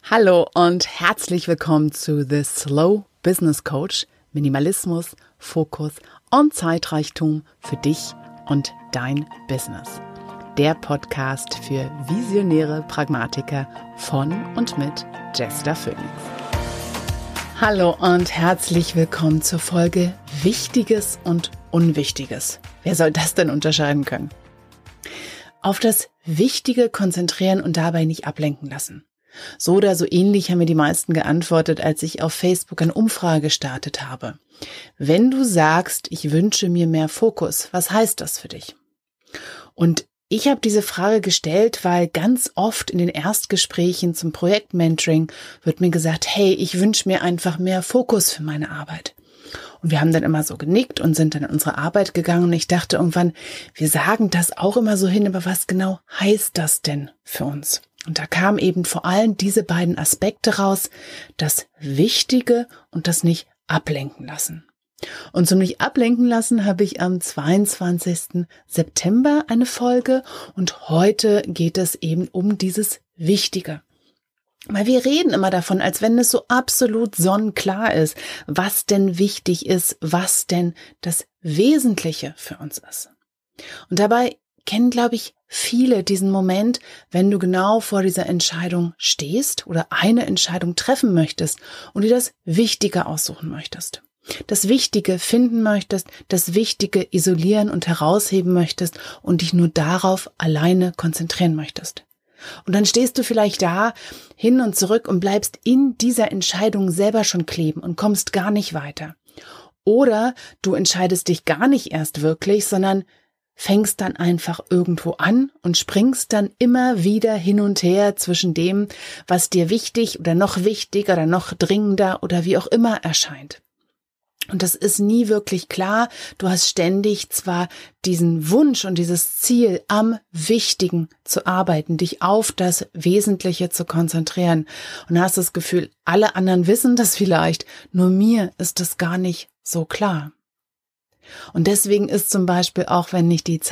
Hallo und herzlich willkommen zu The Slow Business Coach. Minimalismus, Fokus und Zeitreichtum für dich und dein Business. Der Podcast für visionäre Pragmatiker von und mit Jester Phoenix. Hallo und herzlich willkommen zur Folge Wichtiges und Unwichtiges. Wer soll das denn unterscheiden können? Auf das Wichtige konzentrieren und dabei nicht ablenken lassen. So oder so ähnlich haben mir die meisten geantwortet, als ich auf Facebook eine Umfrage gestartet habe. Wenn du sagst, ich wünsche mir mehr Fokus, was heißt das für dich? Und ich habe diese Frage gestellt, weil ganz oft in den Erstgesprächen zum Projektmentoring wird mir gesagt, hey, ich wünsche mir einfach mehr Fokus für meine Arbeit. Und wir haben dann immer so genickt und sind dann in unsere Arbeit gegangen und ich dachte irgendwann, wir sagen das auch immer so hin, aber was genau heißt das denn für uns? Und da kamen eben vor allem diese beiden Aspekte raus, das Wichtige und das nicht ablenken lassen. Und zum nicht ablenken lassen habe ich am 22. September eine Folge und heute geht es eben um dieses Wichtige. Weil wir reden immer davon, als wenn es so absolut sonnenklar ist, was denn wichtig ist, was denn das Wesentliche für uns ist. Und dabei kennen, glaube ich, viele diesen Moment, wenn du genau vor dieser Entscheidung stehst oder eine Entscheidung treffen möchtest und dir das Wichtige aussuchen möchtest. Das Wichtige finden möchtest, das Wichtige isolieren und herausheben möchtest und dich nur darauf alleine konzentrieren möchtest. Und dann stehst du vielleicht da hin und zurück und bleibst in dieser Entscheidung selber schon kleben und kommst gar nicht weiter. Oder du entscheidest dich gar nicht erst wirklich, sondern fängst dann einfach irgendwo an und springst dann immer wieder hin und her zwischen dem, was dir wichtig oder noch wichtiger oder noch dringender oder wie auch immer erscheint. Und das ist nie wirklich klar. Du hast ständig zwar diesen Wunsch und dieses Ziel, am Wichtigen zu arbeiten, dich auf das Wesentliche zu konzentrieren und hast das Gefühl, alle anderen wissen das vielleicht, nur mir ist das gar nicht so klar. Und deswegen ist zum Beispiel auch, wenn ich die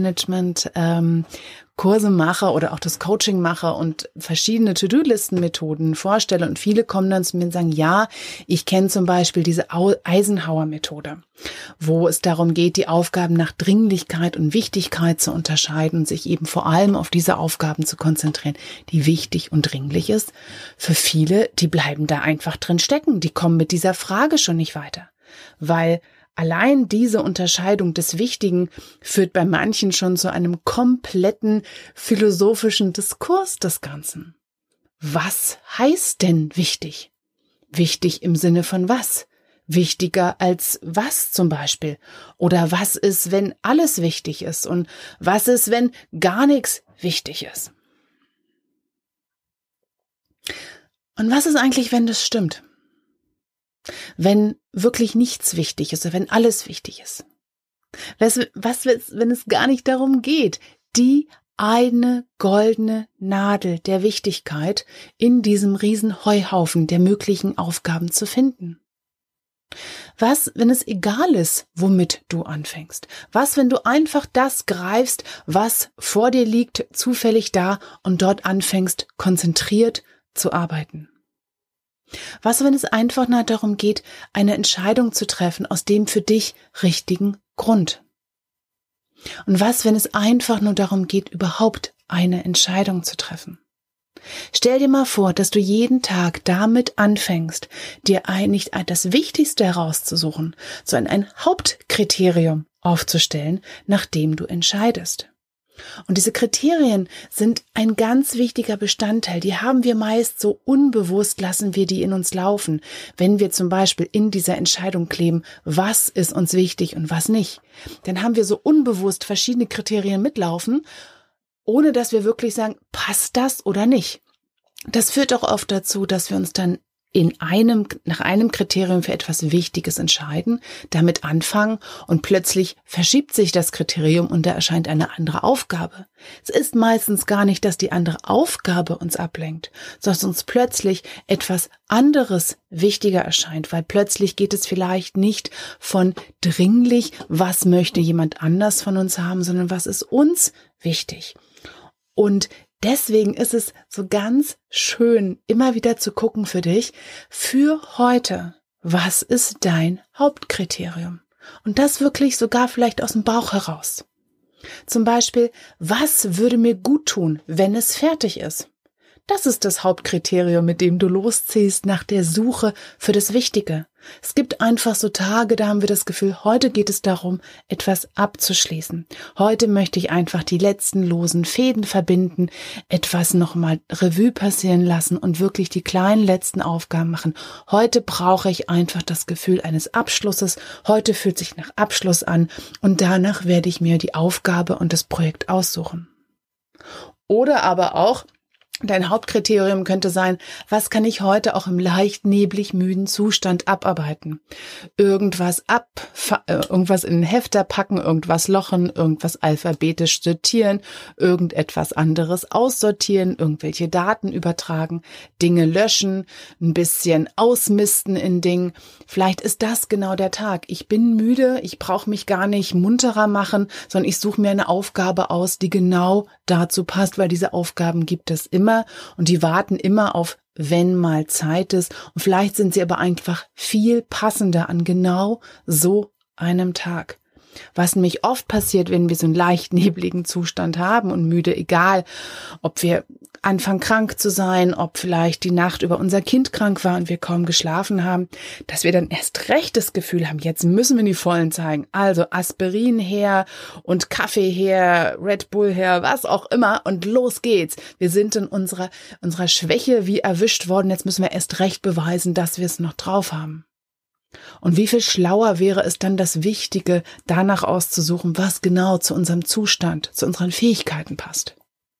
Zeitmanagement-Kurse mache oder auch das Coaching mache und verschiedene To-Do-Listen-Methoden vorstelle und viele kommen dann zu mir und sagen, ja, ich kenne zum Beispiel diese Eisenhower-Methode, wo es darum geht, die Aufgaben nach Dringlichkeit und Wichtigkeit zu unterscheiden und sich eben vor allem auf diese Aufgaben zu konzentrieren, die wichtig und dringlich ist. Für viele, die bleiben da einfach drin stecken, die kommen mit dieser Frage schon nicht weiter, weil allein diese Unterscheidung des Wichtigen führt bei manchen schon zu einem kompletten philosophischen Diskurs des Ganzen. Was heißt denn wichtig? Wichtig im Sinne von was? Wichtiger als was zum Beispiel? Oder was ist, wenn alles wichtig ist? Und was ist, wenn gar nichts wichtig ist? Und was ist eigentlich, wenn das stimmt? Wenn wirklich nichts wichtig ist oder wenn alles wichtig ist? Was, wenn es gar nicht darum geht, die eine goldene Nadel der Wichtigkeit in diesem riesen Heuhaufen der möglichen Aufgaben zu finden? Was, wenn es egal ist, womit du anfängst? Was, wenn du einfach das greifst, was vor dir liegt, zufällig da und dort anfängst, konzentriert zu arbeiten? Was, wenn es einfach nur darum geht, eine Entscheidung zu treffen aus dem für dich richtigen Grund? Und was, wenn es einfach nur darum geht, überhaupt eine Entscheidung zu treffen? Stell dir mal vor, dass du jeden Tag damit anfängst, dir nicht das Wichtigste herauszusuchen, sondern ein Hauptkriterium aufzustellen, nach dem du entscheidest. Und diese Kriterien sind ein ganz wichtiger Bestandteil. Die haben wir meist so unbewusst, lassen wir die in uns laufen, wenn wir zum Beispiel in dieser Entscheidung kleben, was ist uns wichtig und was nicht. Dann haben wir so unbewusst verschiedene Kriterien mitlaufen, ohne dass wir wirklich sagen, passt das oder nicht. Das führt auch oft dazu, dass wir uns dann nach einem Kriterium für etwas Wichtiges entscheiden, damit anfangen und plötzlich verschiebt sich das Kriterium und da erscheint eine andere Aufgabe. Es ist meistens gar nicht, dass die andere Aufgabe uns ablenkt, sondern uns plötzlich etwas anderes wichtiger erscheint, weil plötzlich geht es vielleicht nicht von dringlich, was möchte jemand anders von uns haben, sondern was ist uns wichtig. Und Deswegen ist es so ganz schön, immer wieder zu gucken für dich, für heute, was ist dein Hauptkriterium? Und das wirklich sogar vielleicht aus dem Bauch heraus. Zum Beispiel, was würde mir gut tun, wenn es fertig ist? Das ist das Hauptkriterium, mit dem du losziehst nach der Suche für das Wichtige. Es gibt einfach so Tage, da haben wir das Gefühl, heute geht es darum, etwas abzuschließen. Heute möchte ich einfach die letzten losen Fäden verbinden, etwas nochmal Revue passieren lassen und wirklich die kleinen letzten Aufgaben machen. Heute brauche ich einfach das Gefühl eines Abschlusses. Heute fühlt sich nach Abschluss an und danach werde ich mir die Aufgabe und das Projekt aussuchen. Oder aber auch, dein Hauptkriterium könnte sein, was kann ich heute auch im leicht neblig müden Zustand abarbeiten? Irgendwas in den Hefter packen, irgendwas lochen, irgendwas alphabetisch sortieren, irgendetwas anderes aussortieren, irgendwelche Daten übertragen, Dinge löschen, ein bisschen ausmisten in Dingen. Vielleicht ist das genau der Tag. Ich bin müde, ich brauche mich gar nicht munterer machen, sondern ich suche mir eine Aufgabe aus, die genau dazu passt, weil diese Aufgaben gibt es immer. Und die warten immer auf, wenn mal Zeit ist. Und vielleicht sind sie aber einfach viel passender an genau so einem Tag. Was nämlich oft passiert, wenn wir so einen leicht nebligen Zustand haben und müde, egal, ob wir anfangen krank zu sein, ob vielleicht die Nacht über unser Kind krank war und wir kaum geschlafen haben, dass wir dann erst recht das Gefühl haben, jetzt müssen wir die Vollen zeigen. Also Aspirin her und Kaffee her, Red Bull her, was auch immer und los geht's. Wir sind in unserer Schwäche wie erwischt worden, jetzt müssen wir erst recht beweisen, dass wir es noch drauf haben. Und wie viel schlauer wäre es dann, das Wichtige danach auszusuchen, was genau zu unserem Zustand, zu unseren Fähigkeiten passt.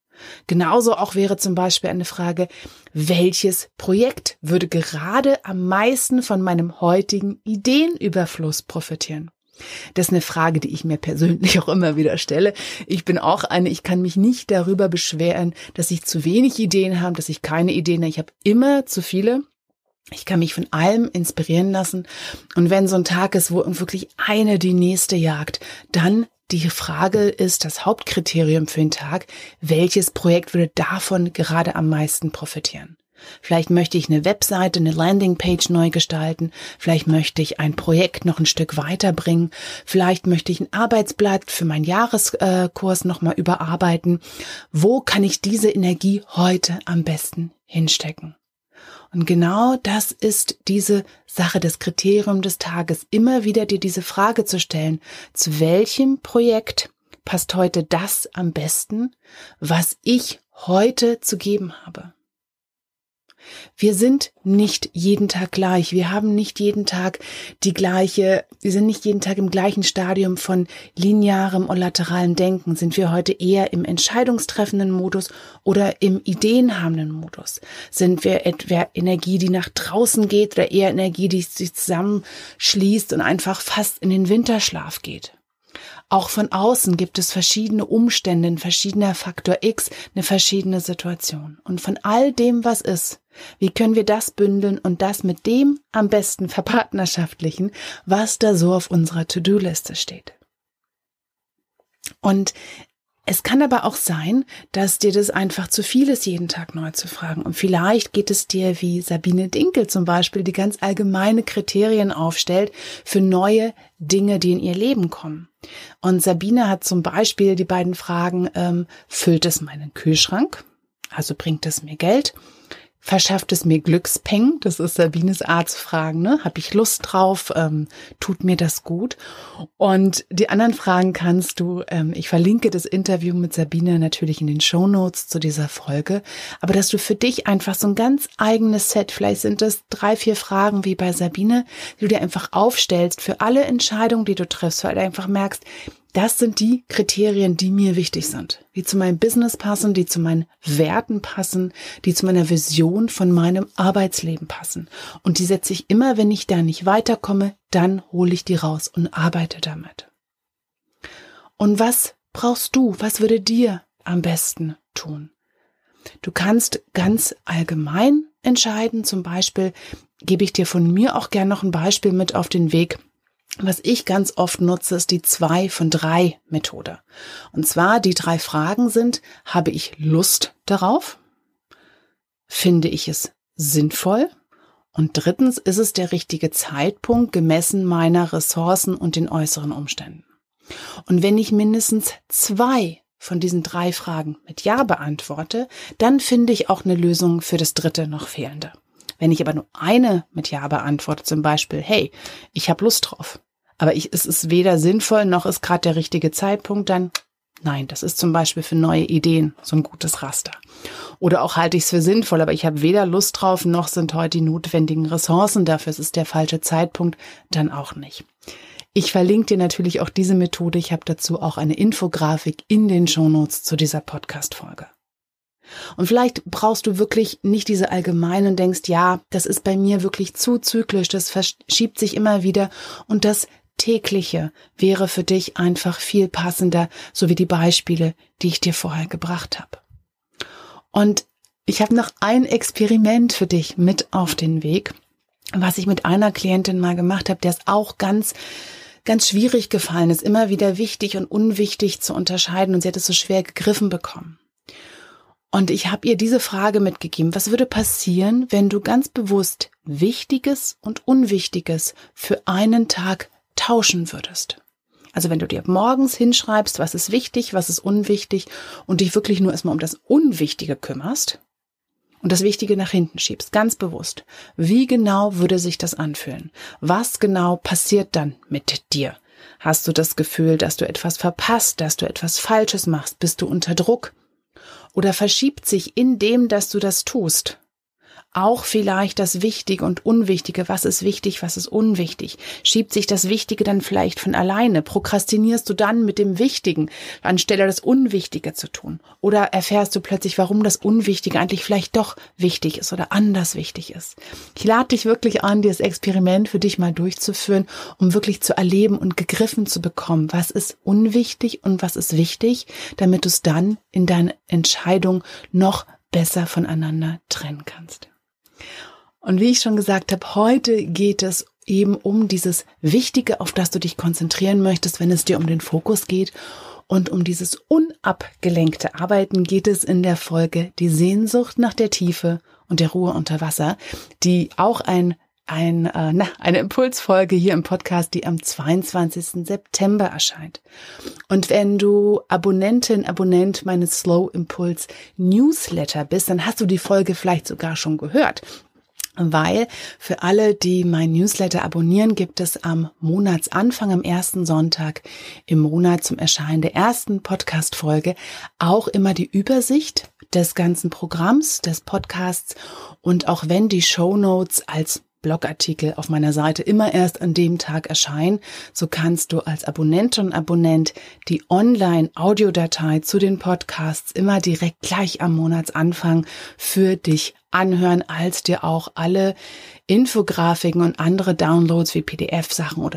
Genauso auch wäre zum Beispiel eine Frage, welches Projekt würde gerade am meisten von meinem heutigen Ideenüberfluss profitieren? Das ist eine Frage, die ich mir persönlich auch immer wieder stelle. Ich bin auch ich kann mich nicht darüber beschweren, dass ich zu wenig Ideen habe, dass ich keine Ideen habe. Ich habe immer zu viele. Ich kann mich von allem inspirieren lassen. Und wenn so ein Tag ist, wo wirklich eine die nächste jagt, dann die Frage ist, das Hauptkriterium für den Tag, welches Projekt würde davon gerade am meisten profitieren? Vielleicht möchte ich eine Webseite, eine Landingpage neu gestalten. Vielleicht möchte ich ein Projekt noch ein Stück weiterbringen. Vielleicht möchte ich ein Arbeitsblatt für meinen Jahreskurs nochmal überarbeiten. Wo kann ich diese Energie heute am besten hinstecken? Und genau das ist diese Sache, das Kriterium des Tages, immer wieder dir diese Frage zu stellen, zu welchem Projekt passt heute das am besten, was ich heute zu geben habe. Wir sind nicht jeden Tag gleich. Wir haben nicht jeden Tag wir sind nicht jeden Tag im gleichen Stadium von linearem und lateralem Denken. Sind wir heute eher im entscheidungstreffenden Modus oder im ideenhabenden Modus? Sind wir etwa Energie, die nach draußen geht oder eher Energie, die sich zusammenschließt und einfach fast in den Winterschlaf geht? Auch von außen gibt es verschiedene Umstände, ein verschiedener Faktor X, eine verschiedene Situation. Und von all dem, was ist, wie können wir das bündeln und das mit dem am besten verpartnerschaftlichen, was da so auf unserer To-Do-Liste steht? Und es kann aber auch sein, dass dir das einfach zu viel ist, jeden Tag neu zu fragen. Und vielleicht geht es dir wie Sabine Dinkel zum Beispiel, die ganz allgemeine Kriterien aufstellt für neue Dinge, die in ihr Leben kommen. Und Sabine hat zum Beispiel die beiden Fragen, füllt es meinen Kühlschrank? Also bringt es mir Geld? Verschafft es mir Glückspeng? Das ist Sabines Art zu fragen, ne? Habe ich Lust drauf? Tut mir das gut? Und die anderen Fragen kannst du, ich verlinke das Interview mit Sabine natürlich in den Shownotes zu dieser Folge, aber dass du für dich einfach so ein ganz eigenes Set, vielleicht sind das 3, 4 Fragen wie bei Sabine, die du dir einfach aufstellst für alle Entscheidungen, die du triffst, weil du einfach merkst, das sind die Kriterien, die mir wichtig sind, die zu meinem Business passen, die zu meinen Werten passen, die zu meiner Vision von meinem Arbeitsleben passen. Und die setze ich immer, wenn ich da nicht weiterkomme, dann hole ich die raus und arbeite damit. Und was brauchst du? Was würde dir am besten tun? Du kannst ganz allgemein entscheiden. Zum Beispiel gebe ich dir von mir auch gern noch ein Beispiel mit auf den Weg. Was ich ganz oft nutze, ist die 2 von 3 Methode. Und zwar die 3 Fragen sind: Habe ich Lust darauf? Finde ich es sinnvoll? Und drittens, ist es der richtige Zeitpunkt gemessen meiner Ressourcen und den äußeren Umständen? Und wenn ich mindestens 2 von diesen 3 Fragen mit Ja beantworte, dann finde ich auch eine Lösung für das dritte noch fehlende. Wenn ich aber nur eine mit Ja beantworte, zum Beispiel: Hey, ich habe Lust drauf, aber es ist weder sinnvoll noch ist gerade der richtige Zeitpunkt, dann nein, das ist zum Beispiel für neue Ideen so ein gutes Raster. Oder auch halte ich es für sinnvoll, aber ich habe weder Lust drauf, noch sind heute die notwendigen Ressourcen dafür, es ist der falsche Zeitpunkt, dann auch nicht. Ich verlinke dir natürlich auch diese Methode. Ich habe dazu auch eine Infografik in den Shownotes zu dieser Podcast-Folge. Und vielleicht brauchst du wirklich nicht diese allgemeinen und denkst, ja, das ist bei mir wirklich zu zyklisch, das verschiebt sich immer wieder und das Tägliche wäre für dich einfach viel passender, so wie die Beispiele, die ich dir vorher gebracht habe. Und ich habe noch ein Experiment für dich mit auf den Weg, was ich mit einer Klientin mal gemacht habe, der es auch ganz schwierig gefallen ist, immer wieder wichtig und unwichtig zu unterscheiden, und sie hat es so schwer gegriffen bekommen. Und ich habe ihr diese Frage mitgegeben: Was würde passieren, wenn du ganz bewusst Wichtiges und Unwichtiges für einen Tag tauschen würdest? Also wenn du dir morgens hinschreibst, was ist wichtig, was ist unwichtig, und dich wirklich nur erstmal um das Unwichtige kümmerst und das Wichtige nach hinten schiebst, ganz bewusst. Wie genau würde sich das anfühlen? Was genau passiert dann mit dir? Hast du das Gefühl, dass du etwas verpasst, dass du etwas Falsches machst? Bist du unter Druck? Oder verschiebt sich in dem, dass du das tust, auch vielleicht das Wichtige und Unwichtige? Was ist wichtig, was ist unwichtig? Schiebt sich das Wichtige dann vielleicht von alleine? Prokrastinierst du dann mit dem Wichtigen, anstelle das Unwichtige zu tun? Oder erfährst du plötzlich, warum das Unwichtige eigentlich vielleicht doch wichtig ist oder anders wichtig ist? Ich lade dich wirklich an, dieses Experiment für dich mal durchzuführen, um wirklich zu erleben und gegriffen zu bekommen, was ist unwichtig und was ist wichtig, damit du es dann in deiner Entscheidung noch besser voneinander trennen kannst. Und wie ich schon gesagt habe, heute geht es eben um dieses Wichtige, auf das du dich konzentrieren möchtest, wenn es dir um den Fokus geht. Und um dieses unabgelenkte Arbeiten geht es in der Folge Die Sehnsucht nach der Tiefe und der Ruhe unter Wasser, die auch eine Impulsfolge hier im Podcast, die am 22. September erscheint. Und wenn du Abonnent meines Slow Impulse Newsletter bist, dann hast du die Folge vielleicht sogar schon gehört. Weil für alle, die mein Newsletter abonnieren, gibt es am Monatsanfang, am ersten Sonntag im Monat zum Erscheinen der ersten Podcast-Folge auch immer die Übersicht des ganzen Programms, des Podcasts, und auch wenn die Shownotes als Blogartikel auf meiner Seite immer erst an dem Tag erscheinen, so kannst du als Abonnentin und Abonnent die Online-Audiodatei zu den Podcasts immer direkt gleich am Monatsanfang für dich anhören, als dir auch alle Infografiken und andere Downloads wie PDF-Sachen oder